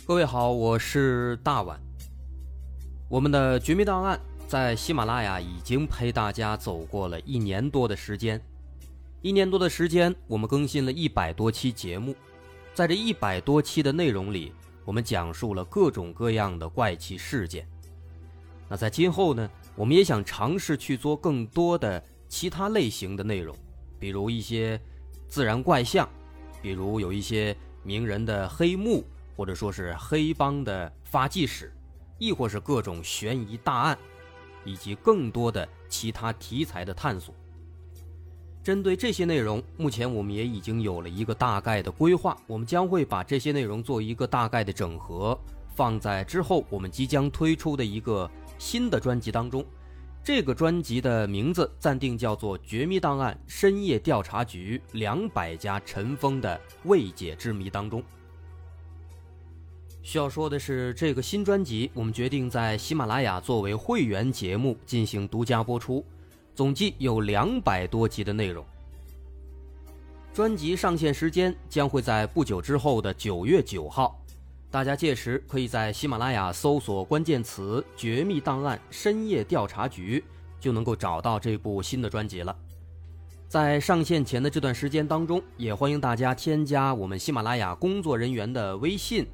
各位好，我是大碗。我们的绝密档案在喜马拉雅已经陪大家走过了1年多的时间。1年多的时间，我们更新了100多期节目。在这100多期的内容里，我们讲述了各种各样的怪奇事件。那在今后呢，我们也想尝试去做更多的其他类型的内容，比如一些自然怪象，比如有一些名人的黑幕，或者说是黑帮的发迹史，亦或是各种悬疑大案，以及更多的其他题材的探索。针对这些内容，目前我们也已经有了一个大概的规划，我们将会把这些内容做一个大概的整合，放在之后我们即将推出的一个新的专辑当中。这个专辑的名字暂定叫做《绝密档案深夜调查局200家尘封的未解之谜》当中。需要说的是，这个新专辑我们决定在喜马拉雅作为会员节目进行独家播出，总计有200多集的内容。专辑上线时间将会在不久之后的9月9号，大家届时可以在喜马拉雅搜索关键词“绝密档案深夜调查局”，就能够找到这部新的专辑了。在上线前的这段时间当中，也欢迎大家添加我们喜马拉雅工作人员的微信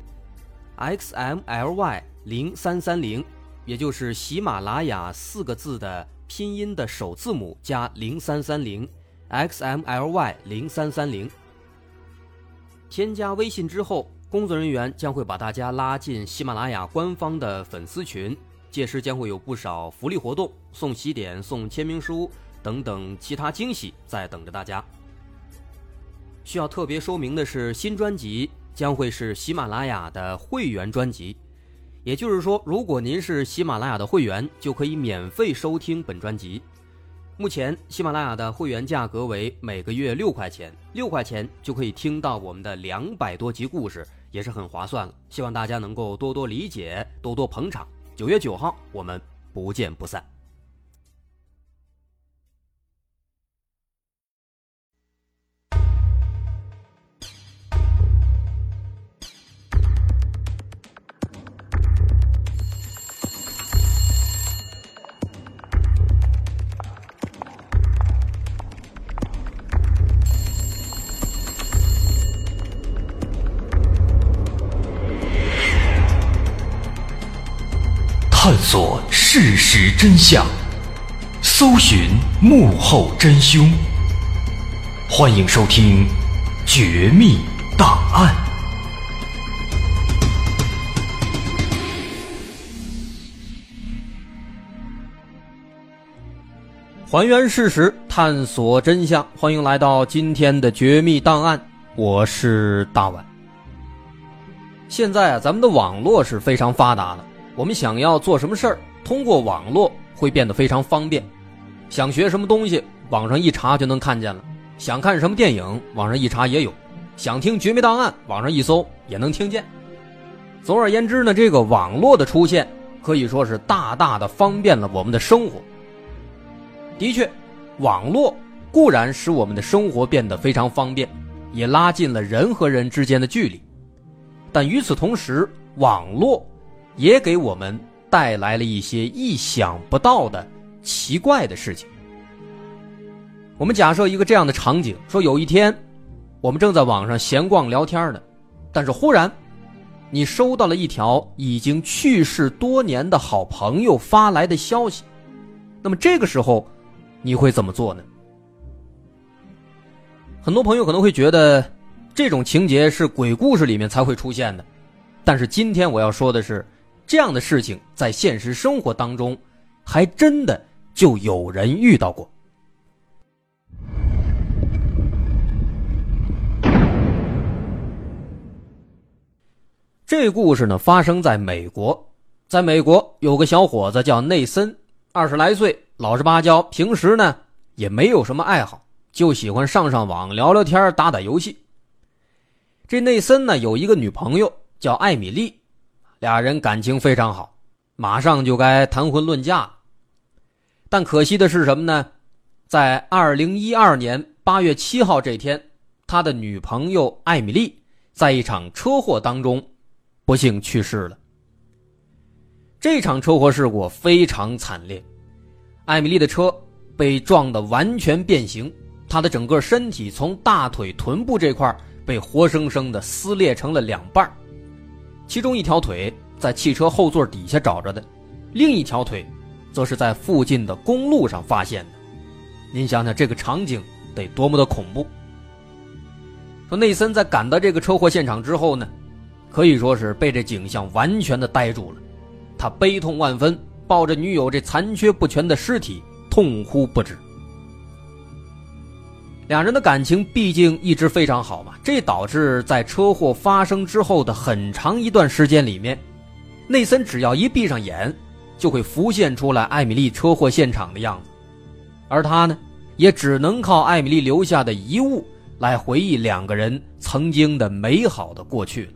XMLY0330，也就是喜马拉雅4个字的拼音的首字母加0330 XMLY0330。添加微信之后，工作人员将会把大家拉进喜马拉雅官方的粉丝群，届时将会有不少福利活动，送喜点、送签名书等等其他惊喜在等着大家。需要特别说明的是，新专辑将会是喜马拉雅的会员专辑，也就是说，如果您是喜马拉雅的会员，就可以免费收听本专辑。目前喜马拉雅的会员价格为每个月6块钱，6块钱就可以听到我们的200多集故事，也是很划算了。希望大家能够多多理解，多多捧场。9月9号我们不见不散。 探索事实真相，搜寻幕后真凶。欢迎收听《绝密档案》。 还原事实，探索真相，欢迎来到今天的《绝密档案》，我是大碗。现在咱们的网络是非常发达的，我们想要做什么事儿，通过网络会变得非常方便。想学什么东西，网上一查就能看见了；想看什么电影，网上一查也有；想听绝密档案，网上一搜也能听见。总而言之呢，这个网络的出现可以说是大大的方便了我们的生活。的确，网络固然使我们的生活变得非常方便，也拉近了人和人之间的距离，但与此同时，网络也给我们带来了一些意想不到的奇怪的事情。我们假设一个这样的场景，说有一天我们正在网上闲逛聊天呢，但是忽然你收到了一条已经去世多年的好朋友发来的消息，那么这个时候你会怎么做呢？很多朋友可能会觉得这种情节是鬼故事里面才会出现的，但是今天我要说的是，这样的事情在现实生活当中还真的就有人遇到过。这故事呢发生在美国，在美国有个小伙子叫内森，20来岁，老实巴交，平时呢也没有什么爱好，就喜欢上网聊聊天，打打游戏。这内森呢有一个女朋友叫艾米丽，俩人感情非常好，马上就该谈婚论嫁了。但可惜的是什么呢？在2012年8月7号这天，他的女朋友艾米丽在一场车祸当中不幸去世了。这场车祸事故非常惨烈，艾米丽的车被撞得完全变形，她的整个身体从大腿臀部这块被活生生的撕裂成了2半，其中一条腿在汽车后座底下找着的，另一条腿则是在附近的公路上发现的。您想想这个场景得多么的恐怖。说内森在赶到这个车祸现场之后呢，可以说是被这景象完全的呆住了，他悲痛万分，抱着女友这残缺不全的尸体痛哭不止。两人的感情毕竟一直非常好嘛，这导致在车祸发生之后的很长一段时间里面，内森只要一闭上眼就会浮现出来艾米丽车祸现场的样子，而他呢也只能靠艾米丽留下的遗物来回忆两个人曾经的美好的过去了。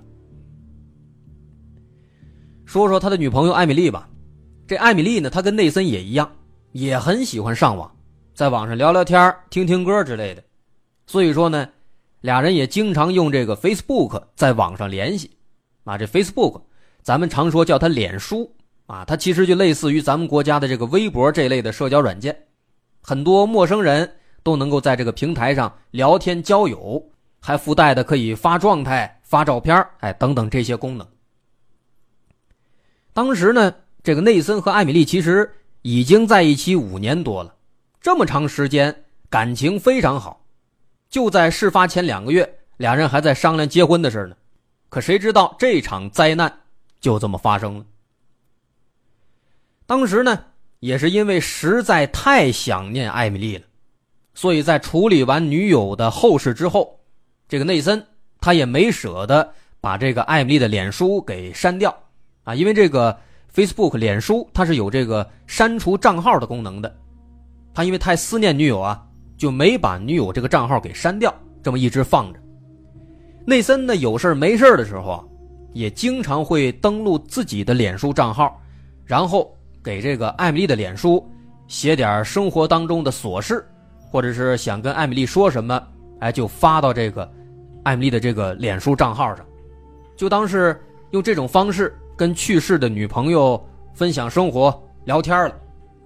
说说他的女朋友艾米丽吧，这艾米丽呢，她跟内森也一样，也很喜欢上网，在网上聊聊天听听歌之类的，所以说呢俩人也经常用这个 Facebook 在网上联系啊。这 Facebook 咱们常说叫它脸书啊，它其实就类似于咱们国家的这个微博这类的社交软件，很多陌生人都能够在这个平台上聊天交友，还附带的可以发状态发照片等等这些功能。当时呢这个内森和艾米丽其实已经在一起5年多了，这么长时间感情非常好，就在事发前2个月俩人还在商量结婚的事呢，可谁知道这场灾难就这么发生了。当时呢也是因为实在太想念艾米丽了，所以在处理完女友的后事之后，这个内森他也没舍得把这个艾米丽的脸书给删掉啊，因为这个 Facebook 脸书它是有这个删除账号的功能的，他因为太思念女友啊，就没把女友这个账号给删掉，这么一直放着。内森呢有事没事的时候啊，也经常会登录自己的脸书账号，然后给这个艾米丽的脸书写点生活当中的琐事，或者是想跟艾米丽说什么，就发到这个艾米丽的这个脸书账号上，就当是用这种方式跟去世的女朋友分享生活聊天了。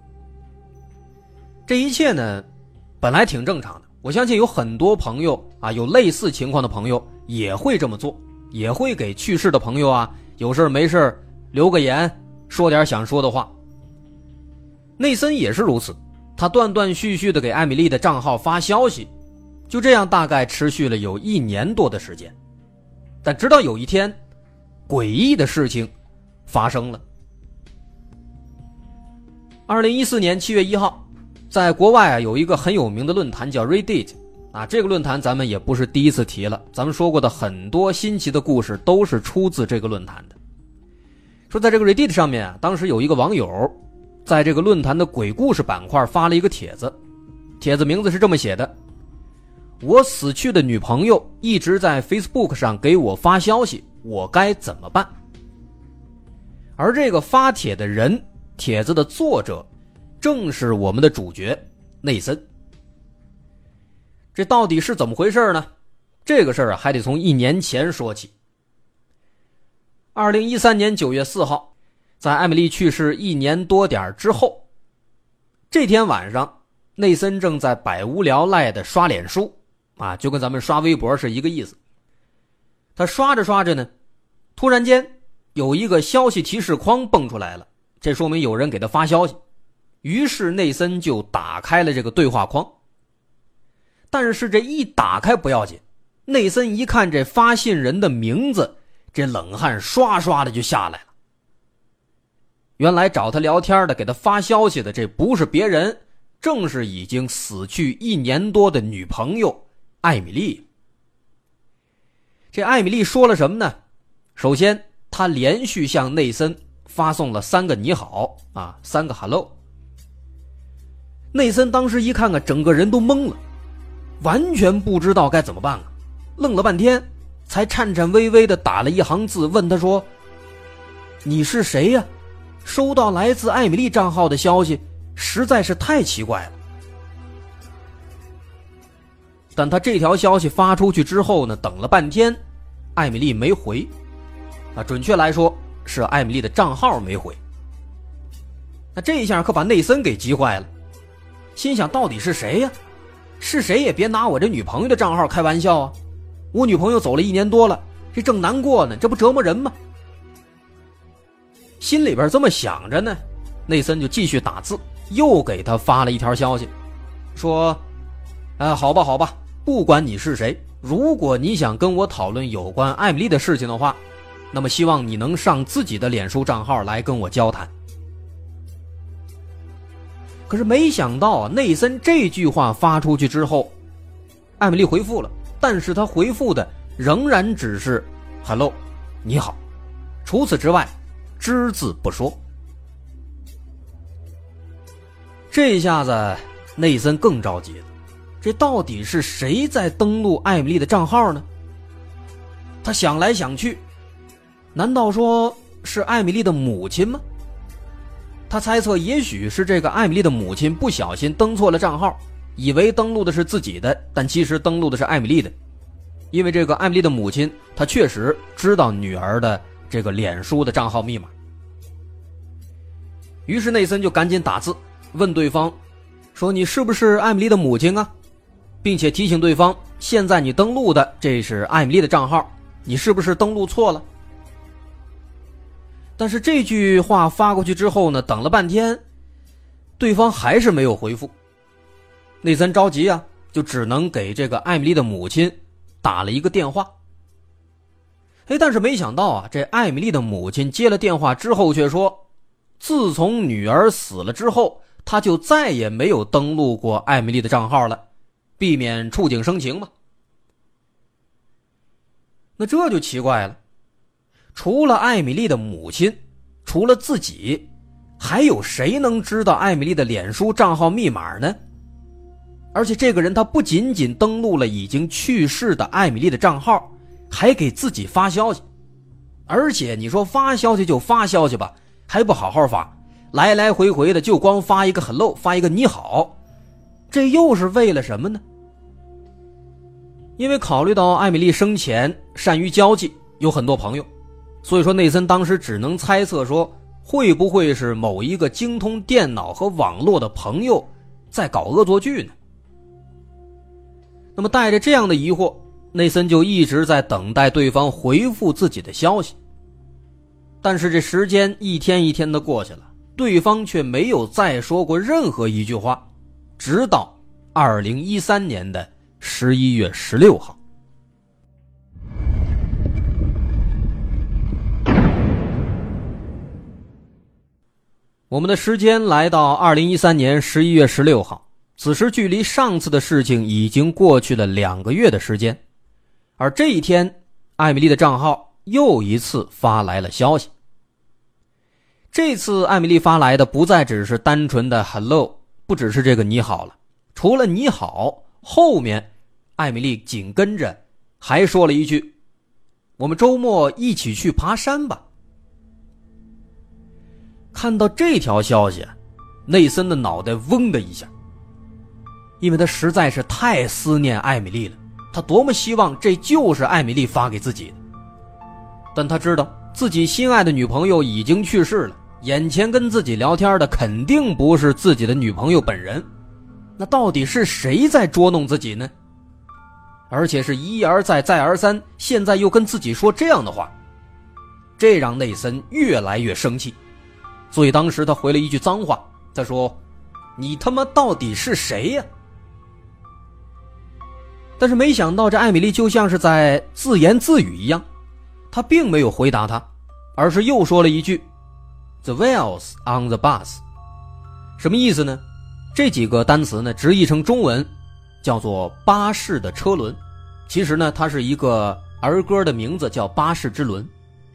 这一切呢本来挺正常的，我相信有很多朋友啊，有类似情况的朋友也会这么做，也会给去世的朋友啊有事没事留个言，说点想说的话。内森也是如此，他断断续续的给艾米丽的账号发消息，就这样大概持续了有1年多的时间。但直到有一天诡异的事情发生了。2014年7月1号，在国外有一个很有名的论坛叫 Reddit 啊，这个论坛咱们也不是第一次提了，咱们说过的很多新奇的故事都是出自这个论坛的。说在这个 Reddit 上面啊，当时有一个网友在这个论坛的鬼故事板块发了一个帖子，帖子名字是这么写的：我死去的女朋友一直在 Facebook 上给我发消息，我该怎么办？而这个发帖的人，帖子的作者正是我们的主角内森。这到底是怎么回事呢？这个事儿还得从1年前说起。2013年9月4号，在艾米丽去世1年多点之后，这天晚上内森正在百无聊赖的刷脸书啊，就跟咱们刷微博是一个意思。他刷着刷着呢，突然间有一个消息提示框蹦出来了，这说明有人给他发消息。于是内森就打开了这个对话框。但是这一打开不要紧，内森一看这发信人的名字，这冷汗刷刷的就下来了。原来找他聊天的给他发消息的，这不是别人，正是已经死去1年多的女朋友艾米丽。这艾米丽说了什么呢？首先她连续向内森发送了3个你好啊，3个 hello。 内森当时一看看，整个人都懵了，完全不知道该怎么办啊，愣了半天才颤颤巍巍地打了一行字，问他说：你是谁呀？收到来自艾米丽账号的消息实在是太奇怪了。但他这条消息发出去之后呢，等了半天艾米丽没回。 准确来说是艾米丽的账号没回。那这一下可把内森给急坏了，心想到底是谁呀？是谁也别拿我这女朋友的账号开玩笑啊！我女朋友走了1年多了，这正难过呢，这不折磨人吗？心里边这么想着呢，内森就继续打字，又给他发了一条消息，说好吧，不管你是谁，如果你想跟我讨论有关艾米丽的事情的话，那么希望你能上自己的脸书账号来跟我交谈。可是没想到内森这句话发出去之后，艾米丽回复了，但是他回复的仍然只是 Hello 你好，除此之外只字不说。这一下子内森更着急了，这到底是谁在登录艾米丽的账号呢？他想来想去，难道说是艾米丽的母亲吗？他猜测也许是这个艾米丽的母亲不小心登错了账号，以为登录的是自己的，但其实登录的是艾米丽的。因为这个艾米丽的母亲她确实知道女儿的这个脸书的账号密码。于是内森就赶紧打字问对方说，你是不是艾米丽的母亲啊？并且提醒对方，现在你登录的这是艾米丽的账号，你是不是登录错了？但是这句话发过去之后呢，等了半天对方还是没有回复。内森着急啊，就只能给这个艾米丽的母亲打了一个电话。但是没想到啊，这艾米丽的母亲接了电话之后却说，自从女儿死了之后，她就再也没有登录过艾米丽的账号了，避免触景生情嘛。那这就奇怪了，除了艾米丽的母亲，除了自己，还有谁能知道艾米丽的脸书账号密码呢？而且这个人他不仅仅登录了已经去世的艾米丽的账号，还给自己发消息。而且你说发消息就发消息吧，还不好好发，来来回回的就光发一个 hello， 发一个你好，这又是为了什么呢？因为考虑到艾米丽生前善于交际，有很多朋友，所以说内森当时只能猜测说，会不会是某一个精通电脑和网络的朋友在搞恶作剧呢？那么带着这样的疑惑，内森就一直在等待对方回复自己的消息。但是这时间一天一天的过去了，对方却没有再说过任何一句话，直到2013年的11月16号。我们的时间来到2013年11月16号，此时距离上次的事情已经过去了2个月的时间。而这一天，艾米丽的账号又一次发来了消息。这次艾米丽发来的不再只是单纯的 hello， 不只是这个你好了，除了你好，后面艾米丽紧跟着还说了一句，我们周末一起去爬山吧。看到这条消息，内森的脑袋嗡的一下，因为他实在是太思念艾米丽了，他多么希望这就是艾米丽发给自己的。但他知道自己心爱的女朋友已经去世了，眼前跟自己聊天的肯定不是自己的女朋友本人，那到底是谁在捉弄自己呢？而且是一而再再而三，现在又跟自己说这样的话，这让内森越来越生气。所以当时他回了一句脏话，他说，你他妈到底是谁呀？但是没想到这艾米丽就像是在自言自语一样，她并没有回答他，而是又说了一句 The wheels on the bus。 什么意思呢？这几个单词呢直译成中文叫做巴士的车轮，其实呢它是一个儿歌的名字，叫巴士之轮。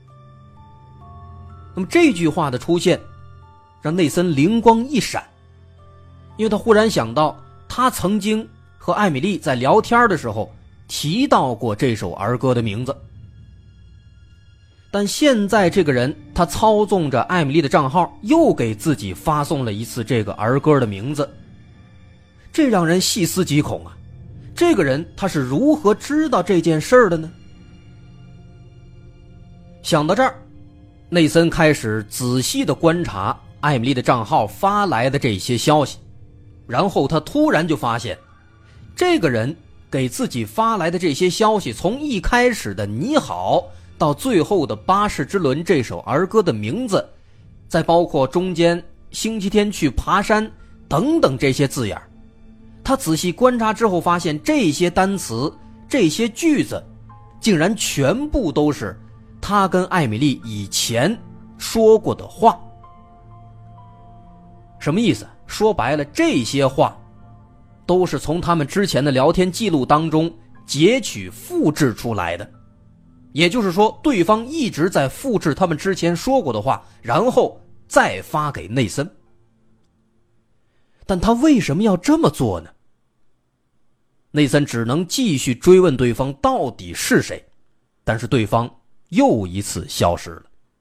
那么这句话的出现让内森灵光一闪，因为他忽然想到他曾经和艾米丽在聊天的时候提到过这首儿歌的名字。但现在这个人他操纵着艾米丽的账号，又给自己发送了一次这个儿歌的名字，这让人细思极恐啊！这个人他是如何知道这件事的呢？ 想到这儿，内森开始仔细地观察艾米丽的账号发来的这些消息，然后他突然就发现，这个人给自己发来的这些消息，从一开始的你好到最后的巴士之轮这首儿歌的名字，再包括中间星期天去爬山等等这些字眼，他仔细观察之后发现，这些单词这些句子竟然全部都是他跟艾米丽以前说过的话。什么意思？说白了，这些话都是从他们之前的聊天记录当中截取复制出来的，也就是说，对方一直在复制他们之前说过的话，然后再发给内森。但他为什么要这么做呢？内森只能继续追问对方到底是谁，但是对方又一次消失了。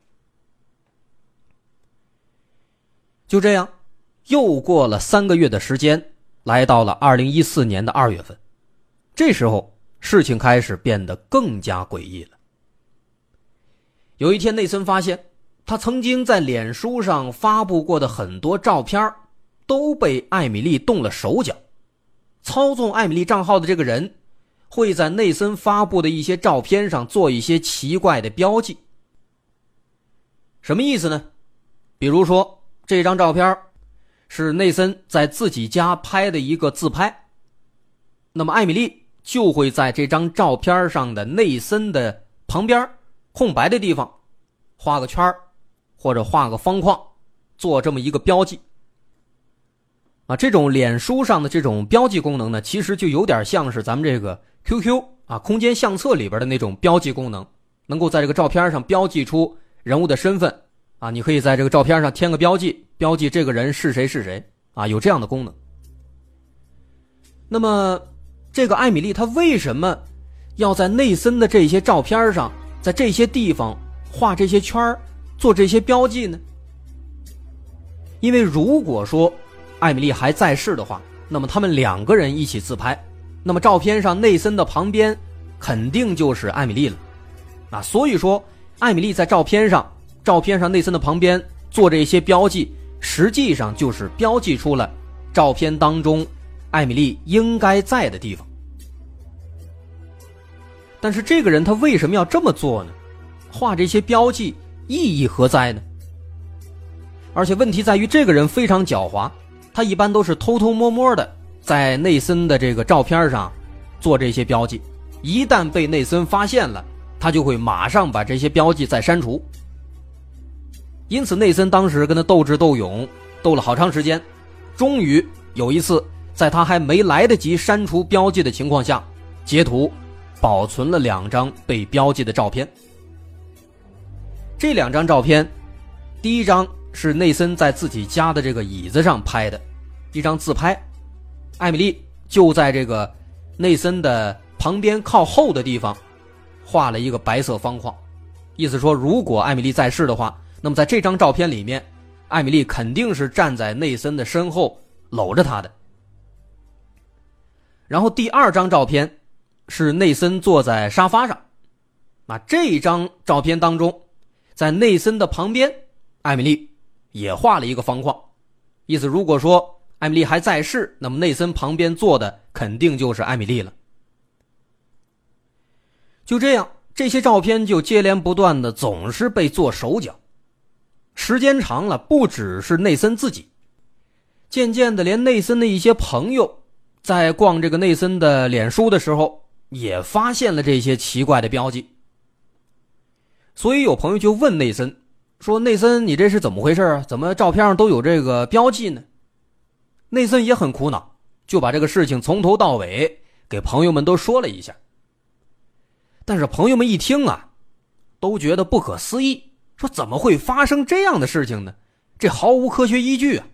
就这样，又过了3个月的时间，来到了2014年的2月份。这时候事情开始变得更加诡异了。有一天，内森发现他曾经在脸书上发布过的很多照片都被艾米丽动了手脚。操纵艾米丽账号的这个人会在内森发布的一些照片上做一些奇怪的标记。什么意思呢？比如说，这张照片是内森在自己家拍的一个自拍，那么艾米丽就会在这张照片上的内森的旁边空白的地方画个圈或者画个方框，做这么一个标记。这种脸书上的这种标记功能呢，其实就有点像是咱们这个 QQ 空间相册里边的那种标记功能，能够在这个照片上标记出人物的身份你可以在这个照片上添个标记，标记这个人是谁是谁有这样的功能。那么这个艾米丽她为什么要在内森的这些照片上，在这些地方画这些圈做这些标记呢？因为如果说艾米丽还在世的话，那么他们2个人一起自拍，那么照片上内森的旁边肯定就是艾米丽了所以说艾米丽在照片上内森的旁边做这些标记，实际上就是标记出了照片当中艾米丽应该在的地方。但是这个人他为什么要这么做呢？画这些标记意义何在呢？而且问题在于，这个人非常狡猾，他一般都是偷偷摸摸的在内森的这个照片上做这些标记，一旦被内森发现了，他就会马上把这些标记再删除。因此内森当时跟他斗智斗勇，斗了好长时间，终于有一次在他还没来得及删除标记的情况下，截图保存了2张被标记的照片。这2张照片，第一张是内森在自己家的这个椅子上拍的一张自拍，艾米丽就在这个内森的旁边靠后的地方画了一个白色方框，意思说如果艾米丽在世的话，那么在这张照片里面，艾米丽肯定是站在内森的身后搂着他的。然后第2张照片是内森坐在沙发上，这张照片当中，在内森的旁边，艾米丽也画了一个方框，意思如果说艾米丽还在世，那么内森旁边坐的肯定就是艾米丽了。就这样，这些照片就接连不断的总是被做手脚，时间长了，不只是内森自己，渐渐的连内森的一些朋友在逛这个内森的脸书的时候也发现了这些奇怪的标记。所以有朋友就问内森说，内森你这是怎么回事啊？怎么照片上都有这个标记呢？内森也很苦恼，就把这个事情从头到尾给朋友们都说了一下。但是朋友们一听都觉得不可思议，说怎么会发生这样的事情呢？这毫无科学依据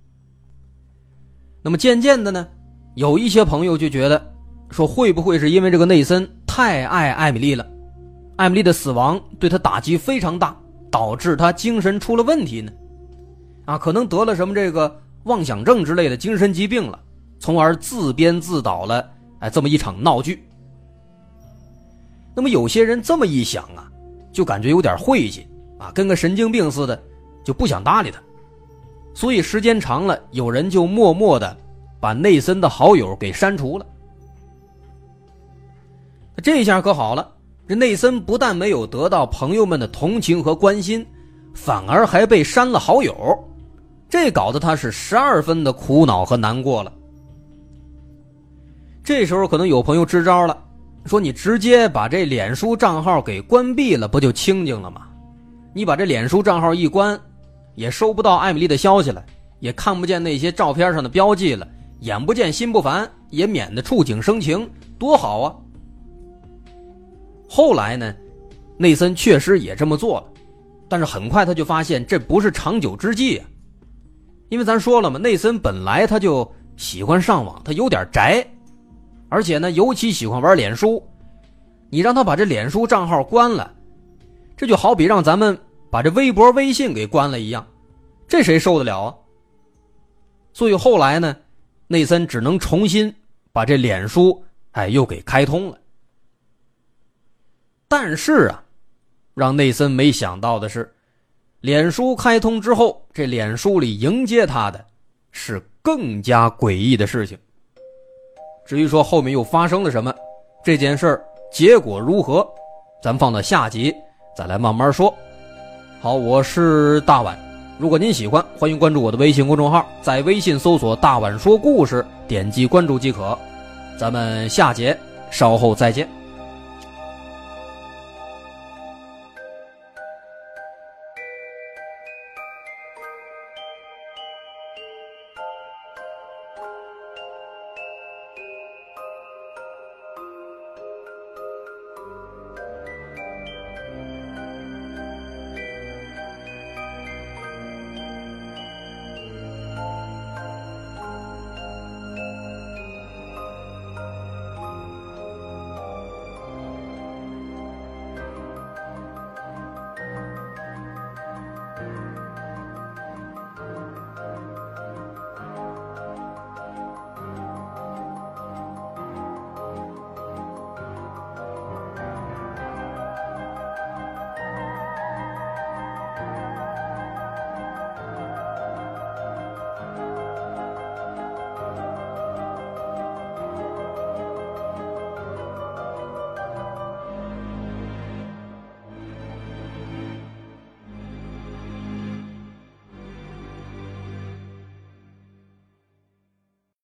那么渐渐的呢，有一些朋友就觉得说，会不会是因为这个内森太爱艾米丽了，艾米丽的死亡对他打击非常大，导致他精神出了问题呢？可能得了什么这个妄想症之类的精神疾病了，从而自编自导了这么一场闹剧。那么有些人这么一想就感觉有点晦气啊，跟个神经病似的，就不想搭理他。所以时间长了，有人就默默的把内森的好友给删除了。这下可好了，这内森不但没有得到朋友们的同情和关心，反而还被删了好友，这搞得他是12分的苦恼和难过了。这时候可能有朋友支招了，说你直接把这脸书账号给关闭了，不就清静了吗？你把这脸书账号一关，也收不到艾米丽的消息了，也看不见那些照片上的标记了，眼不见心不烦，也免得触景生情，多好啊。后来呢，内森确实也这么做了，但是很快他就发现这不是长久之计啊。因为咱说了嘛，内森本来他就喜欢上网，他有点宅，而且呢尤其喜欢玩脸书，你让他把这脸书账号关了，这就好比让咱们把这微博微信给关了一样，这谁受得了啊？所以后来呢，内森只能重新把这脸书又给开通了。但是啊，让内森没想到的是，脸书开通之后，这脸书里迎接他的是更加诡异的事情。至于说后面又发生了什么，这件事儿结果如何，咱放到下集再来慢慢说。好，我是大碗，如果您喜欢，欢迎关注我的微信公众号，在微信搜索大碗说故事，点击关注即可。咱们下节稍后再见。